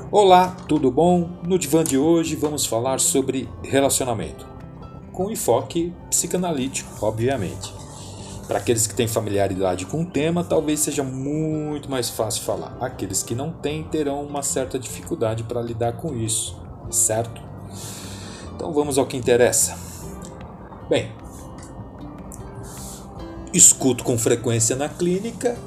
Olá, tudo bom? No divã de hoje vamos falar sobre relacionamento, com enfoque psicanalítico, obviamente. Para aqueles que têm familiaridade com o tema, talvez seja muito mais fácil falar. Aqueles que não têm terão uma certa dificuldade para lidar com isso, certo? Então vamos ao que interessa. Bem, escuto com frequência na clínica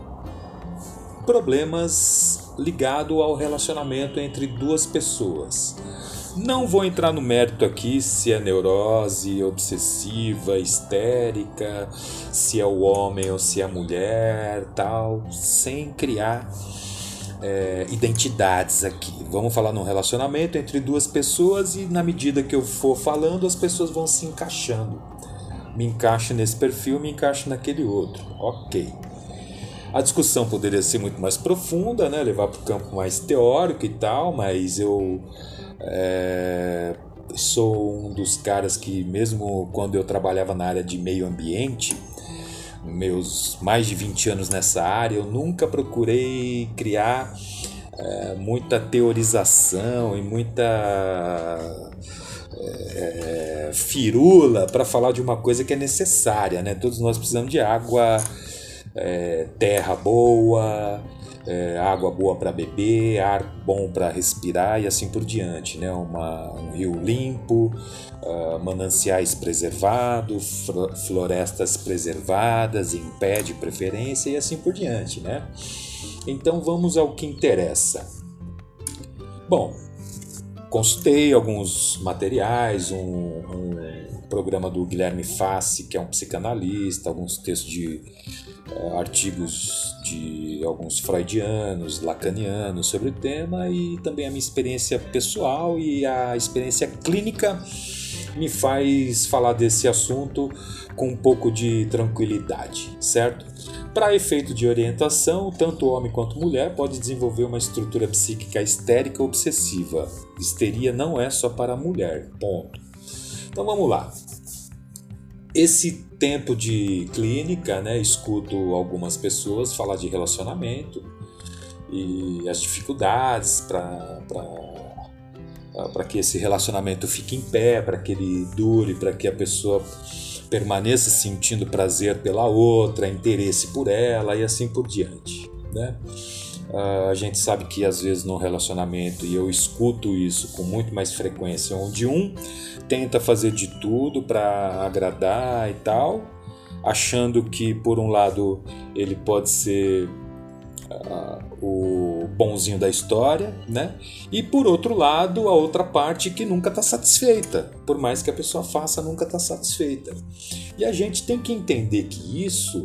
problemas ligados ao relacionamento entre duas pessoas. Não vou entrar no mérito aqui se é neurose obsessiva, histérica, se é o homem ou se é a mulher, tal, sem criar identidades aqui. Vamos falar num relacionamento entre duas pessoas e na medida que eu for falando, as pessoas vão se encaixando. Me encaixo nesse perfil, me encaixo naquele outro. Ok. A discussão poderia ser muito mais profunda, né? Levar para o campo mais teórico e tal, mas eu sou um dos caras que, mesmo quando eu trabalhava na área de meio ambiente, meus mais de 20 anos nessa área, eu nunca procurei criar muita teorização e muita firula para falar de uma coisa que é necessária, né? Todos nós precisamos de água, terra boa, água boa para beber, ar bom para respirar e assim por diante, né? Um rio limpo, mananciais preservados, florestas preservadas, em pé de preferência e assim por diante, né? Então vamos ao que interessa. Bom, consultei alguns materiais, um programa do Guilherme Fassi, que é um psicanalista, alguns textos de artigos de alguns freudianos, lacanianos sobre o tema, e também a minha experiência pessoal e a experiência clínica me faz falar desse assunto com um pouco de tranquilidade, certo? Para efeito de orientação, tanto homem quanto mulher pode desenvolver uma estrutura psíquica histérica ou obsessiva. Histeria não é só para a mulher, ponto. Então vamos lá. Esse tempo de clínica, né, escuto algumas pessoas falar de relacionamento e as dificuldades para que esse relacionamento fique em pé, para que ele dure, para que a pessoa permaneça sentindo prazer pela outra, interesse por ela e assim por diante, né? A gente sabe que às vezes no relacionamento, e eu escuto isso com muito mais frequência, onde um tenta fazer de tudo para agradar e tal, achando que por um lado ele pode ser o bonzinho da história, né? E por outro lado, a outra parte que nunca está satisfeita, por mais que a pessoa faça, nunca está satisfeita. E a gente tem que entender que isso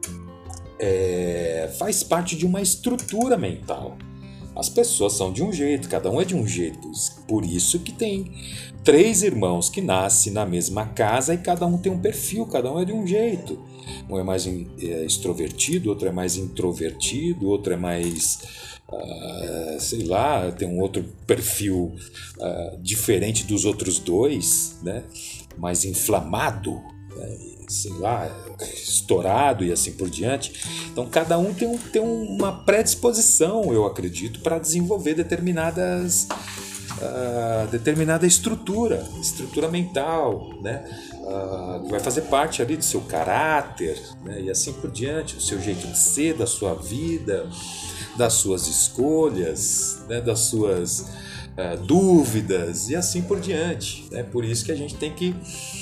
faz parte de uma estrutura mental. As pessoas são de um jeito, cada um é de um jeito. Por isso que tem 3 irmãos que nascem na mesma casa e cada um tem um perfil, cada um é de um jeito. Um é mais extrovertido, outro é mais introvertido, outro é mais, sei lá, tem um outro perfil diferente dos outros dois, né? Mais inflamado, né? Sei lá, estourado e assim por diante. Então cada um tem uma predisposição, eu acredito, para desenvolver determinada estrutura mental, né? Vai fazer parte ali do seu caráter, né? E assim por diante, do seu jeito de ser, da sua vida, das suas escolhas, né? Das suas dúvidas e assim por diante, né? Por isso que a gente tem que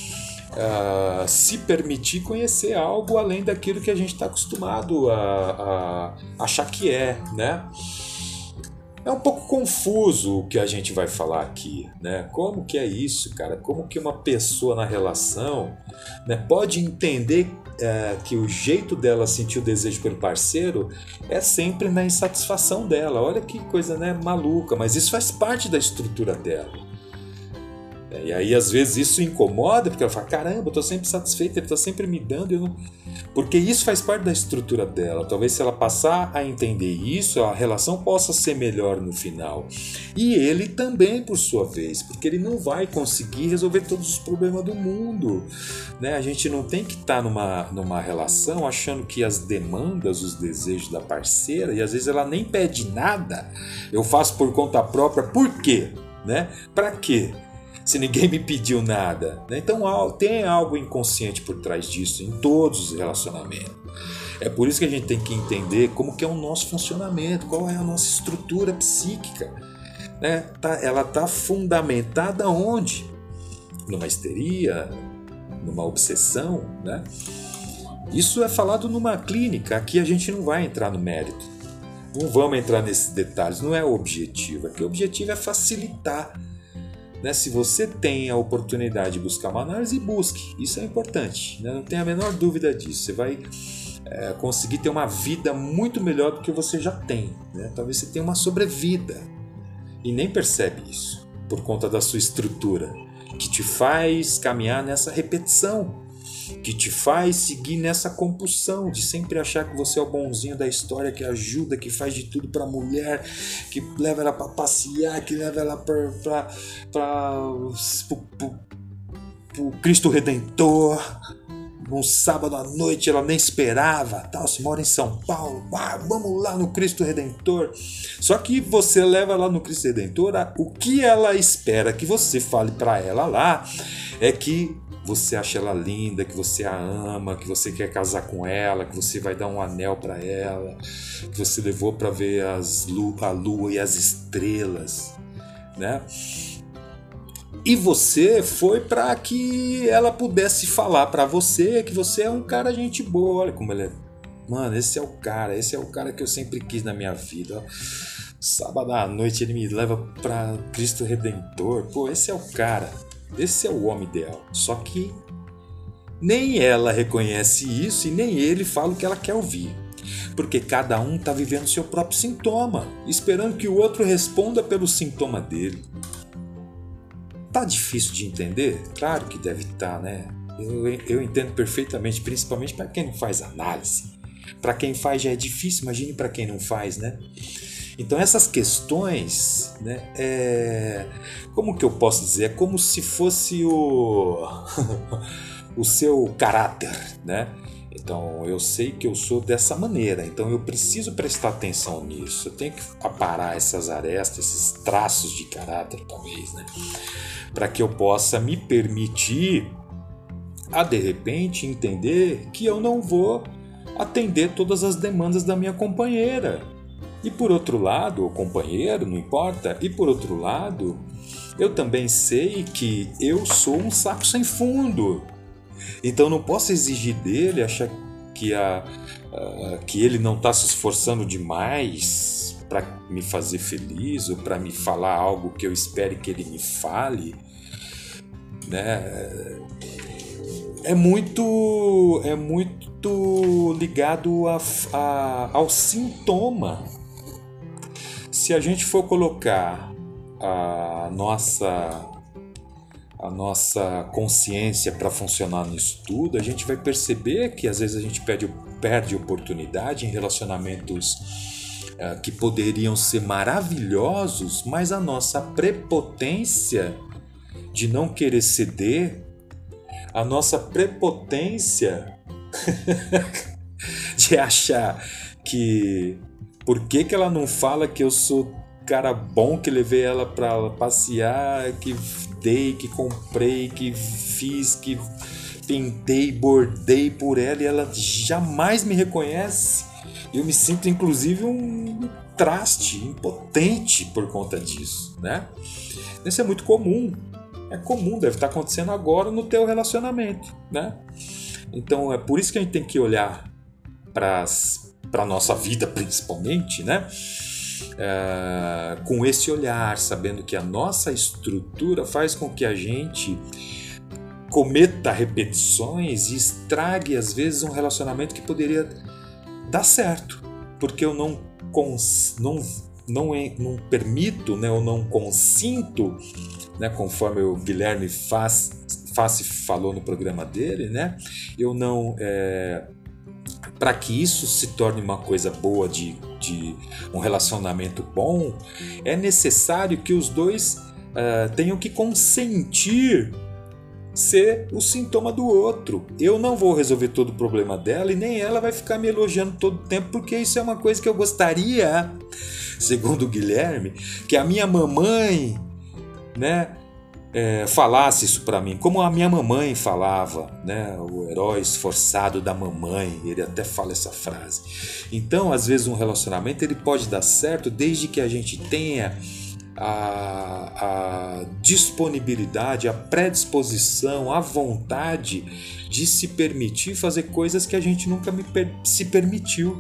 se permitir conhecer algo além daquilo que a gente está acostumado a achar que é, né? É um pouco confuso o que a gente vai falar aqui, né? Como que é isso, cara? Como que uma pessoa na relação, né, pode entender que o jeito dela sentir o desejo pelo parceiro é sempre na insatisfação dela? Olha que coisa, né, maluca, mas isso faz parte da estrutura dela. E aí, às vezes, isso incomoda, porque ela fala, caramba, eu tô sempre satisfeita, ele tá sempre me dando, eu não... Porque isso faz parte da estrutura dela. Talvez se ela passar a entender isso, a relação possa ser melhor no final. E ele também, por sua vez, porque ele não vai conseguir resolver todos os problemas do mundo, né? A gente não tem que estar numa relação achando que as demandas, os desejos da parceira, e às vezes ela nem pede nada, eu faço por conta própria, por quê? Né? Pra quê? Se ninguém me pediu nada, né? Então tem algo inconsciente por trás disso em todos os relacionamentos. É por isso que a gente tem que entender como que é o nosso funcionamento, qual é a nossa estrutura psíquica, né? Ela está fundamentada onde? Numa histeria, numa obsessão, né? Isso é falado numa clínica, aqui a gente não vai entrar no mérito, não vamos entrar nesses detalhes, não é o objetivo, aqui o objetivo é facilitar. Se você tem a oportunidade de buscar uma análise, busque. Isso é importante, né? Não tem a menor dúvida disso. Você vai conseguir ter uma vida muito melhor do que você já tem, né? Talvez você tenha uma sobrevida e nem percebe isso por conta da sua estrutura, que te faz caminhar nessa repetição, que te faz seguir nessa compulsão de sempre achar que você é o bonzinho da história, que ajuda, que faz de tudo para a mulher, que leva ela para passear, que leva ela para o Cristo Redentor. Um sábado à noite ela nem esperava, tal, se mora em São Paulo, vamos lá no Cristo Redentor. Só que você leva lá no Cristo Redentor, o que ela espera que você fale para ela lá é que você acha ela linda, que você a ama, que você quer casar com ela, que você vai dar um anel para ela, que você levou para ver a lua e as estrelas, né? E você foi para que ela pudesse falar para você que você é um cara gente boa. Olha como ele é. Mano, esse é o cara que eu sempre quis na minha vida. Sábado à noite ele me leva para Cristo Redentor. Pô, esse é o cara. Esse é o homem ideal. Só que nem ela reconhece isso e nem ele fala o que ela quer ouvir. Porque cada um está vivendo seu próprio sintoma, esperando que o outro responda pelo sintoma dele. Tá difícil de entender? Claro que deve estar, né? Eu entendo perfeitamente, principalmente para quem não faz análise. Para quem faz já é difícil, imagine para quem não faz, né? Então essas questões, né, como que eu posso dizer? É como se fosse o seu caráter, né? Então eu sei que eu sou dessa maneira, então eu preciso prestar atenção nisso. Eu tenho que aparar essas arestas, esses traços de caráter, talvez, né? Para que eu possa me permitir a de repente entender que eu não vou atender todas as demandas da minha companheira. E por outro lado, ou companheiro, não importa, e por outro lado, eu também sei que eu sou um saco sem fundo. Então não posso exigir dele, achar que ele não está se esforçando demais para me fazer feliz ou para me falar algo que eu espere que ele me fale, né? É muito ligado ao sintoma. Se a gente for colocar a nossa consciência para funcionar nisso tudo, a gente vai perceber que às vezes a gente perde oportunidade em relacionamentos que poderiam ser maravilhosos, mas a nossa prepotência de não querer ceder, a nossa prepotência de achar que por que ela não fala que eu sou cara bom, que levei ela para passear, que dei, que comprei, que fiz, que pintei, bordei por ela e ela jamais me reconhece. Eu me sinto inclusive um traste, impotente por conta disso, né? Isso é muito comum. É comum, deve estar acontecendo agora no teu relacionamento, né? Então é por isso que a gente tem que olhar para a nossa vida principalmente, né? Com esse olhar, sabendo que a nossa estrutura faz com que a gente cometa repetições e estrague às vezes um relacionamento que poderia dar certo, porque eu não não permito, né, eu não consinto, né, conforme o Guilherme Fassi falou no programa dele, né, eu não... para que isso se torne uma coisa boa, de um relacionamento bom, é necessário que os dois tenham que consentir ser o sintoma do outro. Eu não vou resolver todo o problema dela e nem ela vai ficar me elogiando todo o tempo, porque isso é uma coisa que eu gostaria, segundo o Guilherme, que a minha mamãe, né, falasse isso pra mim, como a minha mamãe falava, né? O herói esforçado da mamãe, ele até fala essa frase. Então, às vezes um relacionamento ele pode dar certo desde que a gente tenha a disponibilidade, a predisposição, a vontade de se permitir fazer coisas que a gente nunca se permitiu,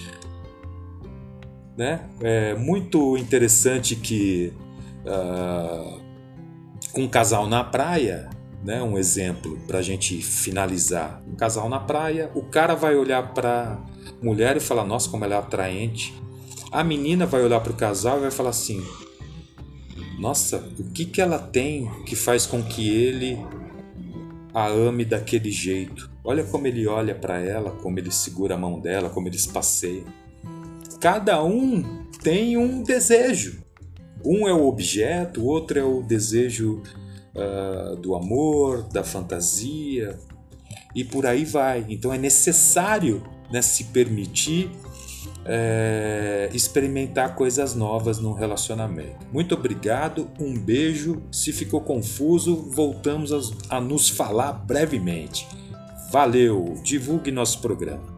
né? É muito interessante que um casal na praia, né, um exemplo para a gente finalizar. Um casal na praia, o cara vai olhar para a mulher e falar: nossa, como ela é atraente. A menina vai olhar para o casal e vai falar assim: nossa, o que ela tem que faz com que ele a ame daquele jeito? Olha como ele olha para ela, como ele segura a mão dela, como eles passeiam. Cada um tem um desejo. Um é o objeto, o outro é o desejo do amor, da fantasia, e por aí vai. Então é necessário, né, se permitir experimentar coisas novas no relacionamento. Muito obrigado, um beijo. Se ficou confuso, voltamos a nos falar brevemente. Valeu, divulgue nosso programa.